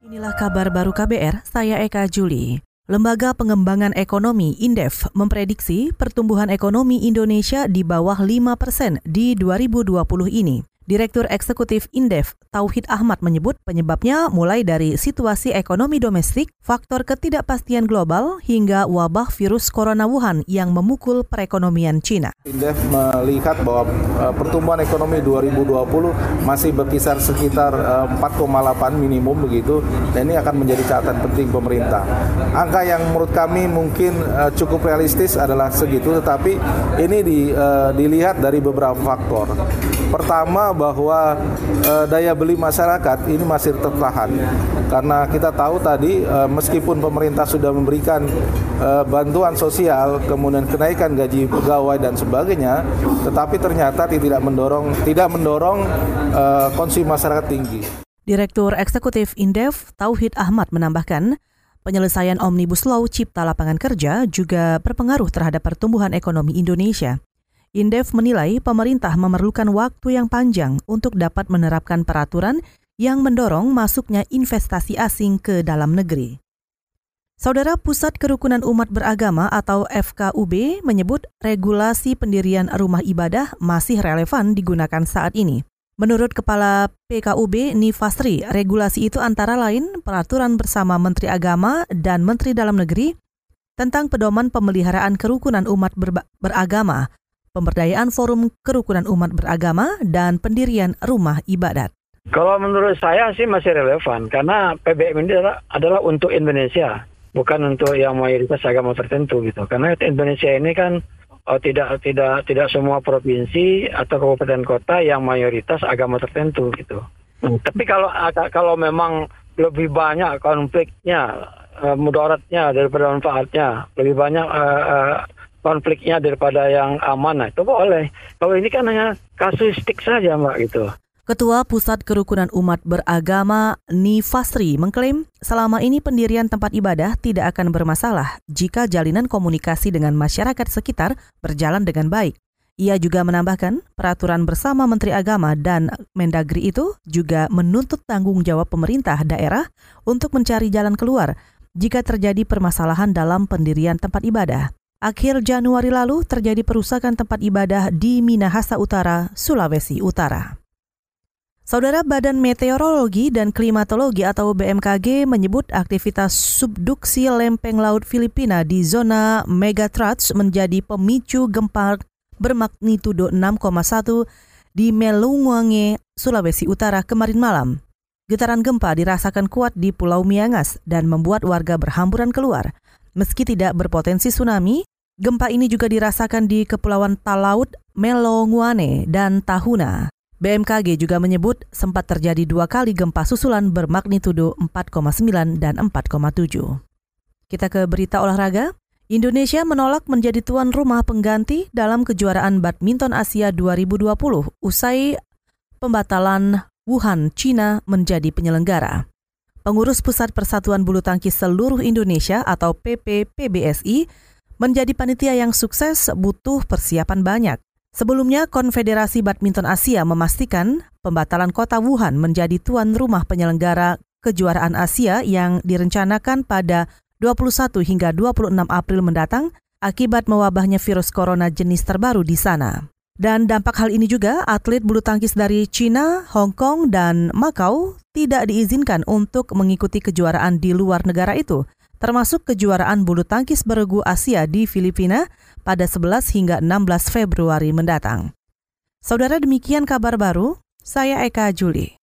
Inilah kabar baru KBR, saya Eka Juli. Lembaga Pengembangan Ekonomi Indef memprediksi pertumbuhan ekonomi Indonesia di bawah 5% di 2020 ini. Direktur Eksekutif Indef, Tauhid Ahmad menyebut penyebabnya mulai dari situasi ekonomi domestik, faktor ketidakpastian global, hingga wabah virus corona Wuhan yang memukul perekonomian Cina. Indef melihat bahwa pertumbuhan ekonomi 2020 masih berkisar sekitar 4,8 minimum begitu, dan ini akan menjadi catatan penting pemerintah. Angka yang menurut kami mungkin cukup realistis adalah segitu, tetapi ini dilihat dari beberapa faktor. Pertama, bahwa daya beli masyarakat ini masih tertahan karena kita tahu tadi meskipun pemerintah sudah memberikan bantuan sosial, kemudian kenaikan gaji pegawai dan sebagainya, tetapi ternyata tidak mendorong konsumsi masyarakat tinggi. Direktur Eksekutif Indef, Tauhid Ahmad menambahkan, penyelesaian Omnibus Law Cipta Lapangan Kerja juga berpengaruh terhadap pertumbuhan ekonomi Indonesia. Indef menilai pemerintah memerlukan waktu yang panjang untuk dapat menerapkan peraturan yang mendorong masuknya investasi asing ke dalam negeri. Saudara, Pusat Kerukunan Umat Beragama atau FKUB menyebut regulasi pendirian rumah ibadah masih relevan digunakan saat ini. Menurut Kepala PKUB Nifasri, regulasi itu antara lain peraturan bersama Menteri Agama dan Menteri Dalam Negeri tentang pedoman pemeliharaan kerukunan umat beragama, pemberdayaan forum kerukunan umat beragama, dan pendirian rumah ibadat. Kalau menurut saya sih masih relevan, karena PBM ini adalah untuk Indonesia, bukan untuk yang mayoritas agama tertentu gitu. Karena Indonesia ini kan tidak semua provinsi atau kabupaten kota yang mayoritas agama tertentu gitu. Tapi kalau memang lebih banyak konfliknya, mudaratnya daripada manfaatnya, lebih banyak konfliknya daripada yang aman, nah itu boleh. Kalau ini kan hanya kasuistik saja, Mbak, gitu. Ketua Pusat Kerukunan Umat Beragama Nifasri mengklaim selama ini pendirian tempat ibadah tidak akan bermasalah jika jalinan komunikasi dengan masyarakat sekitar berjalan dengan baik. Ia juga menambahkan peraturan bersama Menteri Agama dan Mendagri itu juga menuntut tanggung jawab pemerintah daerah untuk mencari jalan keluar jika terjadi permasalahan dalam pendirian tempat ibadah. Akhir Januari lalu terjadi perusakan tempat ibadah di Minahasa Utara, Sulawesi Utara. Saudara, Badan Meteorologi dan Klimatologi atau BMKG menyebut aktivitas subduksi lempeng laut Filipina di zona Megatrust menjadi pemicu gempa bermagnitudo 6,1 di Melunguange, Sulawesi Utara kemarin malam. Getaran gempa dirasakan kuat di Pulau Miangas dan membuat warga berhamburan keluar. Meski tidak berpotensi tsunami, gempa ini juga dirasakan di Kepulauan Talaud, Melonguane, dan Tahuna. BMKG juga menyebut sempat terjadi 2 kali gempa susulan bermagnitudo 4,9 dan 4,7. Kita ke berita olahraga. Indonesia menolak menjadi tuan rumah pengganti dalam kejuaraan badminton Asia 2020 usai pembatalan Wuhan, Cina menjadi penyelenggara. Pengurus Pusat Persatuan Bulu Tangkis Seluruh Indonesia atau PPPBSI menjadi panitia yang sukses butuh persiapan banyak. Sebelumnya, Konfederasi Badminton Asia memastikan pembatalan kota Wuhan menjadi tuan rumah penyelenggara kejuaraan Asia yang direncanakan pada 21 hingga 26 April mendatang akibat mewabahnya virus corona jenis terbaru di sana. Dan dampak hal ini juga, atlet bulu tangkis dari China, Hong Kong, dan Macau tidak diizinkan untuk mengikuti kejuaraan di luar negara itu, termasuk kejuaraan bulu tangkis beregu Asia di Filipina pada 11 hingga 16 Februari mendatang. Saudara, demikian kabar baru, saya Eka Juli.